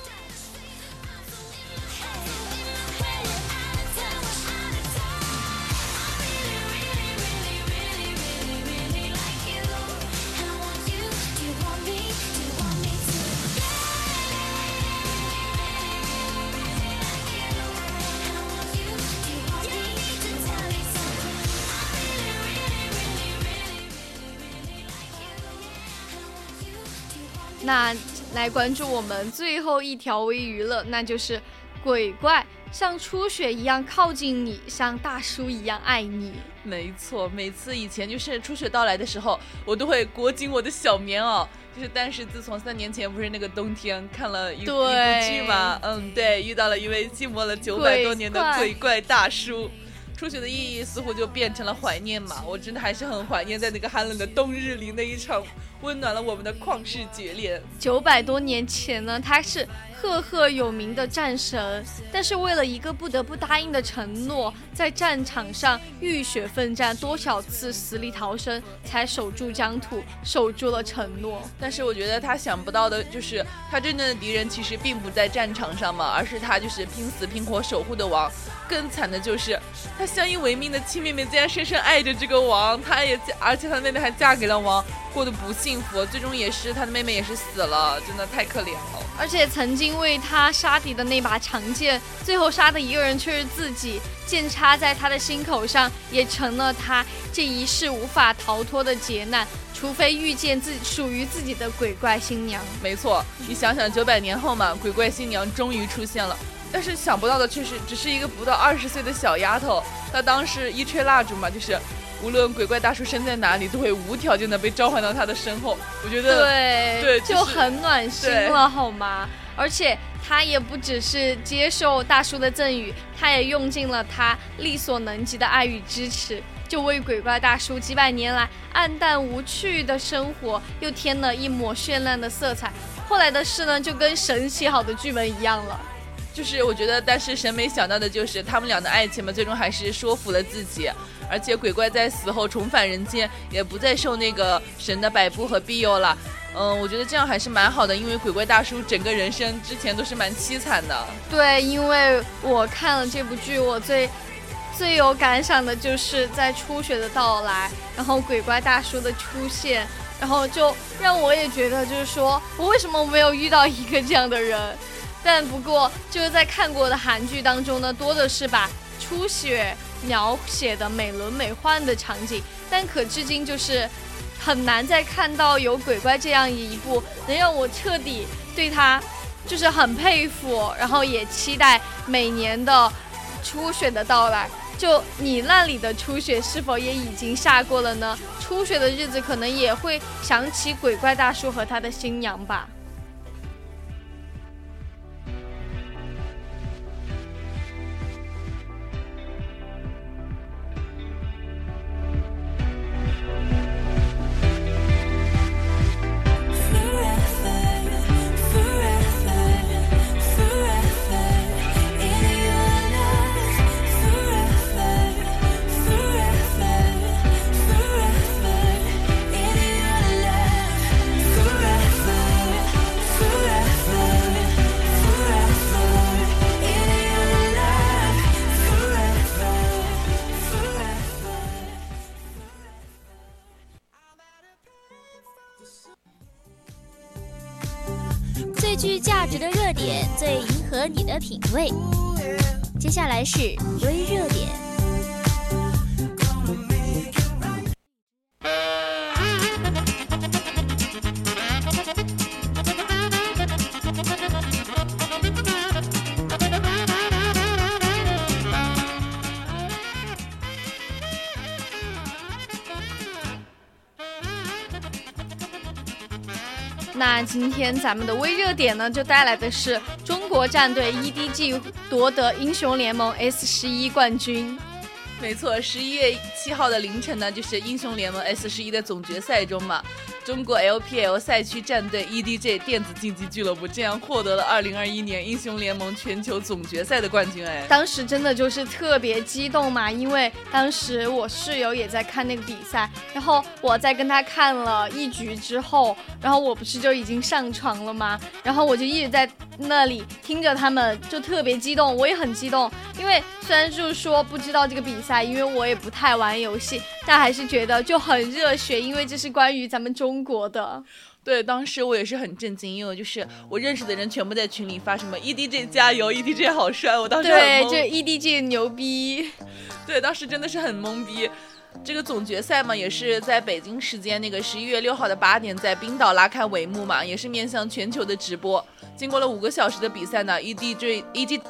那来关注我们最后一条微娱乐，那就是鬼怪像初雪一样靠近你，像大叔一样爱你。 没错，每次以前就是初雪到来的时候，我都会裹紧我的小棉袄。就是但是自从三年前不是那个冬天看了一, 一部剧嘛，嗯，对，遇到了一位寂寞了九百多年的鬼怪大叔。初雪的意义似乎就变成了怀念嘛，我真的还是很怀念在那个寒冷的冬日里那一场温暖了我们的旷世绝恋。 九百多年前呢，他是赫赫有名的战神，但是为了一个不得不答应的承诺，在战场上浴血奋战，多少次死里逃生，才守住疆土，守住了承诺。 但是我觉得他想不到的就是，他真正的敌人其实并不在战场上嘛，而是他就是拼死拼活守护的王。更惨的就是他相依为命的亲妹妹竟然深深爱着这个王，他也而且他的妹妹还嫁给了王，过得不幸福，最终也是他的妹妹也是死了，真的太可怜了。 而且曾经为他杀敌的那把长剑，最后杀的一个人却是自己，剑插在他的心口上，也成了他这一世无法逃脱的劫难，除非遇见自己属于自己的鬼怪新娘。 没错，你想想九百年后嘛，鬼怪新娘终于出现了，但是想不到的却是只是一个不到二十岁的小丫头。她当时一吹蜡烛嘛，就是无论鬼怪大叔身在哪里，都会无条件的被召唤到他的身后。我觉得对对、 就是、就很暖心了好吗？而且他也不只是接受大叔的赠予，他也用尽了他力所能及的爱与支持，就为鬼怪大叔几百年来暗淡无趣的生活又添了一抹绚烂的色彩。后来的事呢，就跟神写好的剧本一样了。 就是我觉得，但是神没想到的就是他们俩的爱情嘛，最终还是说服了自己。而且鬼怪在死后重返人间，也不再受那个神的摆布和庇佑了。嗯，我觉得这样还是蛮好的，因为鬼怪大叔整个人生之前都是蛮凄惨的。 对，因为我看了这部剧，我最最有感想的就是在初雪的到来，然后鬼怪大叔的出现，然后就让我也觉得就是说我为什么没有遇到一个这样的人。但不过就是在看过的韩剧当中呢，多的是把初雪描写的美轮美奂的场景，但可至今就是很难再看到有鬼怪这样一部能让我彻底对他就是很佩服，然后也期待每年的初雪的到来。就你那里的初雪是否也已经下过了呢？初雪的日子可能也会想起鬼怪大叔和他的新娘吧。 最具价值的热点，最迎合你的品味。接下来是微热点。 那今天咱们的微热点呢，就带来的是中国战队 E D G 夺得英雄联盟 S 十一 冠军。 没错，十一月七号的凌晨呢，就是英雄联盟 S 十一 的总决赛中嘛， 中国 L P L 赛区战队 E D J 电子竞技俱乐部，这样获得了二零二一年英雄联盟全球总决赛的冠军。哎， 当时真的就是特别激动嘛，因为当时我室友也在看那个比赛，然后我在跟他看了一局之后，然后我不是就已经上床了吗？然后我就一直在那里听着他们，就特别激动，我也很激动，因为虽然就是说不知道这个比赛，因为我也不太玩游戏，但还是觉得就很热血，因为这是关于咱们中国的。 对，当时我也是很震惊，因为就是我认识的人全部在群里发什么 E D J 加油 ，E D J 好帅，我当时很懵。 对，就 E D J 牛逼。 对，当时真的是很懵逼。这个总决赛嘛，也是在北京时间那个十一月六号的八点，在冰岛拉开帷幕嘛，也是面向全球的直播。经过了五个小时的比赛呢 ，E D J E D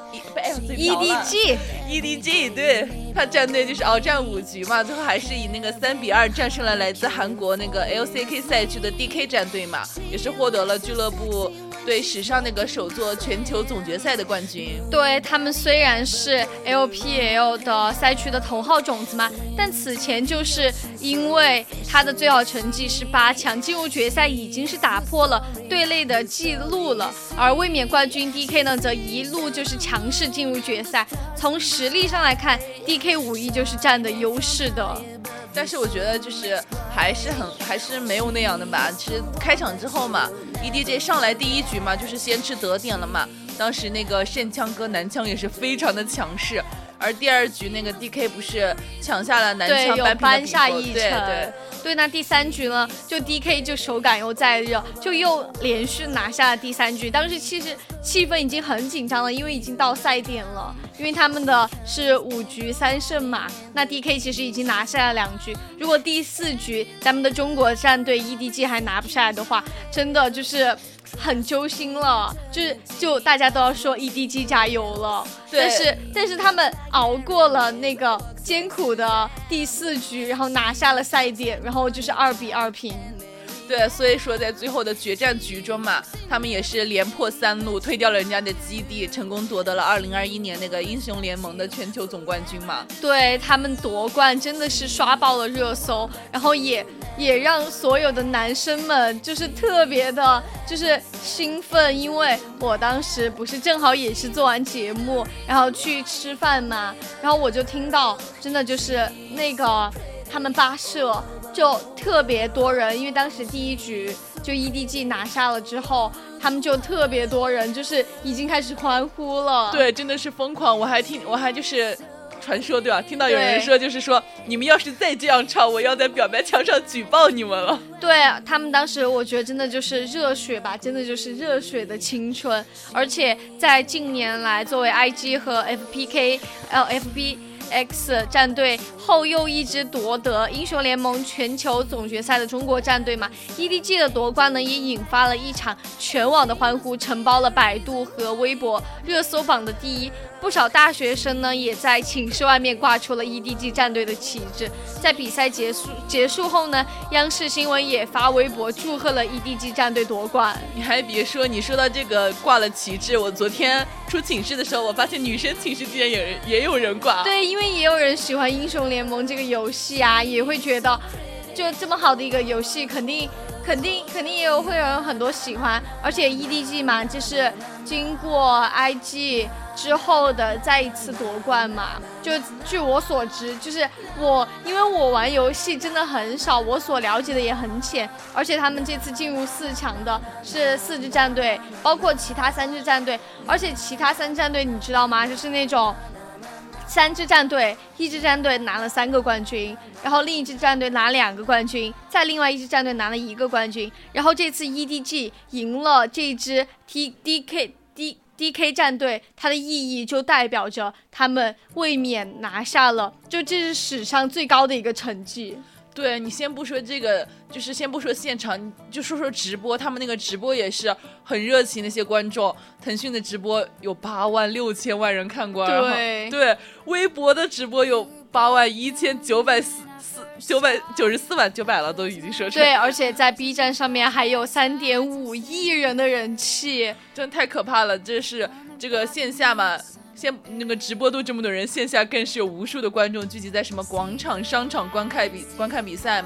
E D G E D G 对，他战队就是鏖战五局嘛，最后还是以那个三比二战胜了来自韩国那个 L C K 赛区的 D K 战队嘛，也是获得了俱乐部对史上那个首座全球总决赛的冠军。 对，他们虽然是 L P L 的赛区的头号种子嘛，但此前就是因为他的最好成绩是八强，进入决赛已经是打破了队内的记录了。而卫冕冠军 D K 呢，则一路就是强势进入决赛。从实力上来看 ，D K 无疑就是占的优势的。 但是我觉得就是还是很还是没有那样的吧。其实开场之后嘛 ，E D J 上来第一局嘛，就是先吃得点了嘛。当时那个肾枪哥男枪也是非常的强势，而第二局那个 D K 不是抢下了男枪， 对，有扳下一城。 对对。 对，那第三局呢，就 D K 就手感又再热，就又连续拿下了第三局。当时其实气氛已经很紧张了，因为已经到赛点了，因为他们的是五局三胜嘛。那 D K 其实已经拿下了两局，如果第四局咱们的中国战队 E D G 还拿不下来的话，真的就是很揪心了，就是就大家都要说 E D G 加油了。但是但是他们熬过了那个艰苦的第四局，然后拿下了赛点，然后就是二比二平。 对，所以说在最后的决战局中嘛，他们也是连破三路，推掉了人家的基地，成功夺得了二零二一年那个英雄联盟的全球总冠军嘛。 对，他们夺冠真的是刷爆了热搜，然后也也让所有的男生们就是特别的就是兴奋，因为我当时不是正好也是做完节目然后去吃饭嘛，然后我就听到真的就是那个他们八社就特别多人，因为当时第一局就 E D G 拿下了之后，他们就特别多人，就是已经开始欢呼了。 对，真的是疯狂。我还听，我还就是传说对吧？听到有人说，就是说你们要是再这样唱，我要在表白墙上举报你们了。 对，他们当时我觉得真的就是热血吧，真的就是热血的青春。而且在近年来，作为 I G 和 F P K、L F B X 战队后又一支夺得英雄联盟全球总决赛的中国战队嘛 ，E D G 的夺冠呢，也引发了一场全网的欢呼，承包了百度和微博热搜榜的第一。不少大学生呢，也在寝室外面挂出了 E D G 战队的旗帜。在比赛结束结束后呢，央视新闻也发微博祝贺了 E D G 战队夺冠。 你还别说，你说到这个挂了旗帜，我昨天出寝室的时候，我发现女生寝室竟然也也有人挂。 对，因为也有人喜欢英雄联盟这个游戏啊，也会觉得就这么好的一个游戏，肯定肯定肯定也有会有人很多喜欢。而且 E D G 嘛，就是经过 I G 之后的再一次夺冠嘛，就据我所知，就是我因为我玩游戏真的很少，我所了解的也很浅，而且他们这次进入四强的是四支战队，包括其他三支战队，而且其他三支战队你知道吗？就是那种三支战队，一支战队拿了三个冠军，然后另一支战队拿两个冠军，再另外一支战队拿了一个冠军，然后这次 E D G 赢了这支 T D K D D K 战队，它的意义就代表着他们卫冕拿下了，就这是史上最高的一个成绩。 对，你先不说这个，就是先不说现场，就说说直播，他们那个直播也是很热情，那些观众，腾讯的直播有八万六千万人看过， 对对，微博的直播有八万一千九百四四九百九十四万九百了，都已经说出来。 对，而且在 B 站上面还有三点五亿人的人气， 真的太可怕了。这是这个线下嘛。现那个直播都这么多人，线下更是有无数的观众聚集在什么广场、商场观看比观看比赛嘛。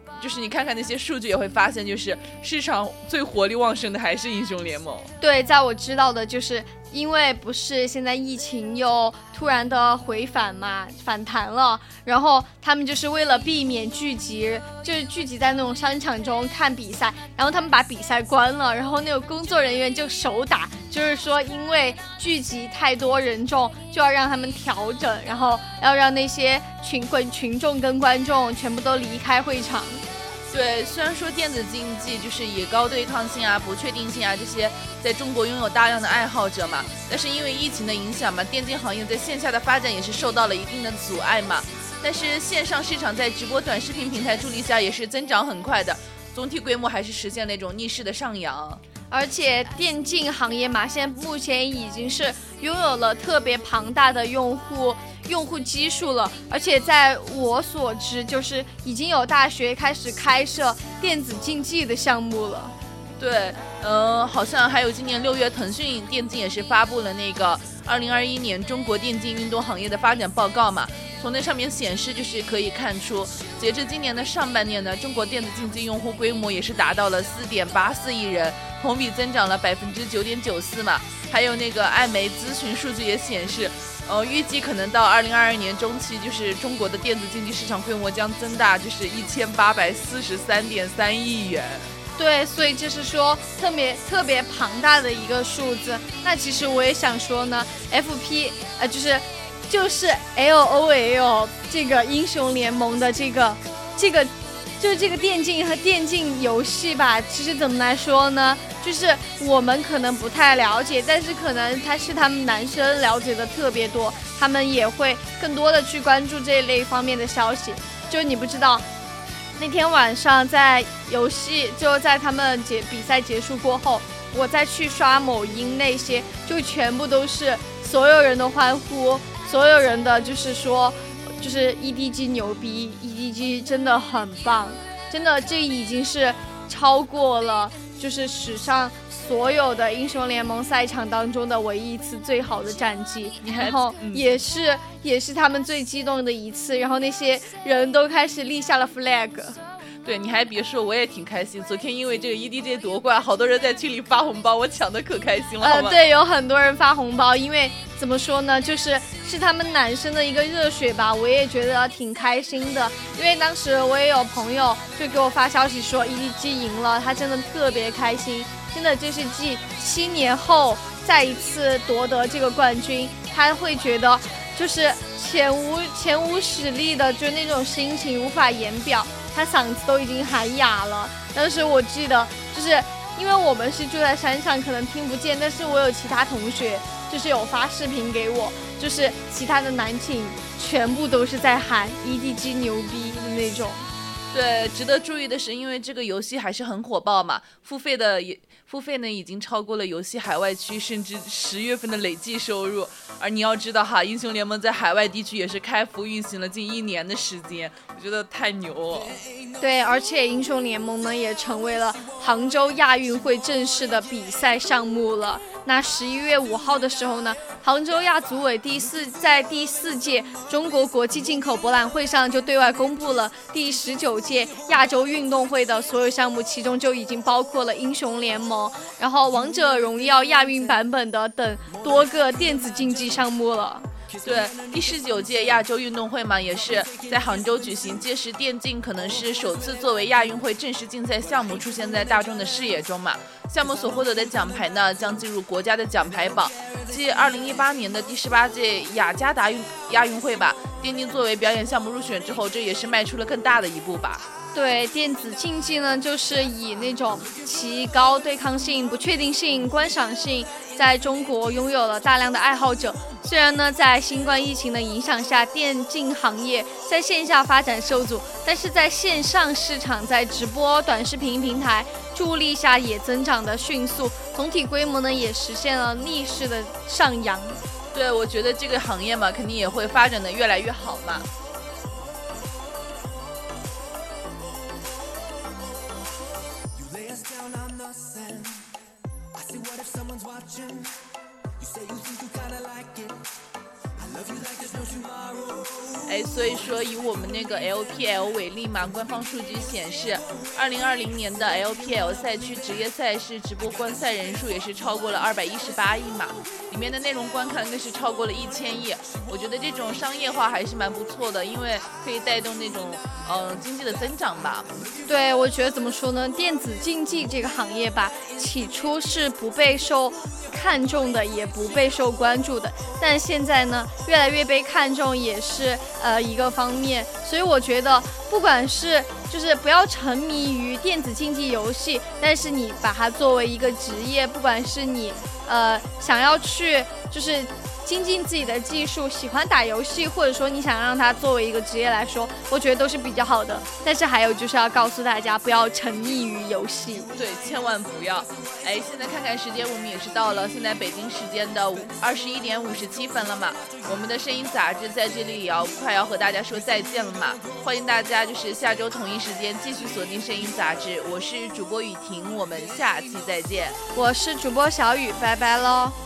就是你看看那些数据也会发现，就是市场最活力旺盛的还是英雄联盟。 对，在我知道的就是因为不是现在疫情又突然的回返嘛，反弹了，然后他们就是为了避免聚集，就是聚集在那种商场中看比赛，然后他们把比赛关了，然后那个工作人员就手打，就是说因为聚集太多人众，就要让他们调整，然后要让那些群群众跟观众全部都离开会场。 对，虽然说电子竞技就是以高对抗性啊、不确定性啊这些，在中国拥有大量的爱好者嘛，但是因为疫情的影响嘛，电竞行业在线下的发展也是受到了一定的阻碍嘛。但是线上市场在直播短视频平台助力下也是增长很快的，总体规模还是实现了一种逆势的上扬。 而且电竞行业嘛，现在目前已经是拥有了特别庞大的用户用户基数了，而且在我所知，就是已经有大学开始开设电子竞技的项目了。 对，呃，好像还有今年六月，腾讯电竞也是发布了那个二零二一年中国电竞运动行业的发展报告嘛。从那上面显示，就是可以看出，截至今年的上半年呢，中国电子竞技用户规模也是达到了四点八四亿人，同比增长了百分之九点九四嘛。还有那个艾媒咨询数据也显示，呃，预计可能到二零二二年中期，就是中国的电子竞技市场规模将增大，就是一千八百四十三点三亿元。 对，所以就是说特别特别庞大的一个数字。那其实我也想说呢 ，F P 呃就是就是 L O L 这个英雄联盟的这个这个就是这个电竞和电竞游戏吧，其实怎么来说呢？就是我们可能不太了解，但是可能他是他们男生了解的特别多，他们也会更多的去关注这一类方面的消息。就是你不知道。那天晚上在游戏就在他们结比赛结束过后，我再去刷某音，那些就全部都是所有人的欢呼，所有人的就是说就是 E D G 牛逼， E D G 真的很棒，真的这已经是超过了就是史上所有的英雄联盟赛场当中的唯一一次最好的战绩，然后也是、嗯、也是他们最激动的一次，然后那些人都开始立下了 flag。 对，你还别说，我也挺开心，昨天因为这个 E D G 夺冠，好多人在群里发红包，我抢的可开心了。 呃，对，有很多人发红包，因为怎么说呢，就是是他们男生的一个热血吧，我也觉得挺开心的。因为当时我也有朋友就给我发消息说 E D G 赢了，他真的特别开心，真的这是继七年后再一次夺得这个冠军，他会觉得就是前无前无实力的，就那种心情无法言表，他嗓子都已经喊哑了。当时我记得就是因为我们是住在山上，可能听不见，但是我有其他同学就是有发视频给我，就是其他的男寝全部都是在喊 E D G 牛逼的那种。 对，值得注意的是，因为这个游戏还是很火爆嘛，付费的也付费呢已经超过了游戏海外区甚至十月份的累计收入。而你要知道哈，英雄联盟在海外地区也是开服运行了近一年的时间，我觉得太牛了。 对，而且英雄联盟呢也成为了杭州亚运会正式的比赛项目了。那十一月五号的时候呢，杭州亚组委第四在第四届中国国际进口博览会上就对外公布了第十九届亚洲运动会的所有项目，其中就已经包括了英雄联盟，然后王者荣耀亚运版本的等多个电子竞技项目了。 对，第十九届亚洲运动会嘛，也是在杭州举行，届时电竞可能是首次作为亚运会正式竞赛项目出现在大众的视野中嘛。项目所获得的奖牌呢，将进入国家的奖牌榜。继二零一八年的第十八届雅加达运亚运会吧，电竞作为表演项目入选之后，这也是迈出了更大的一步吧。 对，电子竞技呢，就是以那种其高对抗性、不确定性、观赏性，在中国拥有了大量的爱好者。虽然呢，在新冠疫情的影响下，电竞行业在线下发展受阻，但是在线上市场在直播、短视频平台助力下也增长的迅速，总体规模呢也实现了逆势的上扬。 对，我觉得这个行业嘛，肯定也会发展的越来越好嘛。哎， 哎，所以说以我们那个 L P L 为例嘛，官方数据显示，二零二零年的 L P L 赛区职业赛事直播观赛人数也是超过了二百一十八亿嘛，里面的内容观看更是超过了一千亿。我觉得这种商业化还是蛮不错的，因为可以带动那种嗯、呃、经济的增长吧。 对，我觉得怎么说呢？电子竞技这个行业吧，起初是不被受看重的，也不被受关注的，但现在呢，越来越被看重，也是呃一个方面。所以我觉得，不管是就是不要沉迷于电子竞技游戏，但是你把它作为一个职业，不管是你呃想要去就是精进自己的技术，喜欢打游戏，或者说你想让它作为一个职业来说，我觉得都是比较好的。但是还有就是要告诉大家，不要沉溺于游戏。 对，千万不要。哎，现在看看时间，我们也是到了现在北京时间的二十一点五十七分了嘛。我们的声音杂志在这里也要快要和大家说再见了嘛。欢迎大家就是下周同一时间继续锁定声音杂志，我是主播雨婷，我们下期再见。 我是主播小雨，拜拜喽。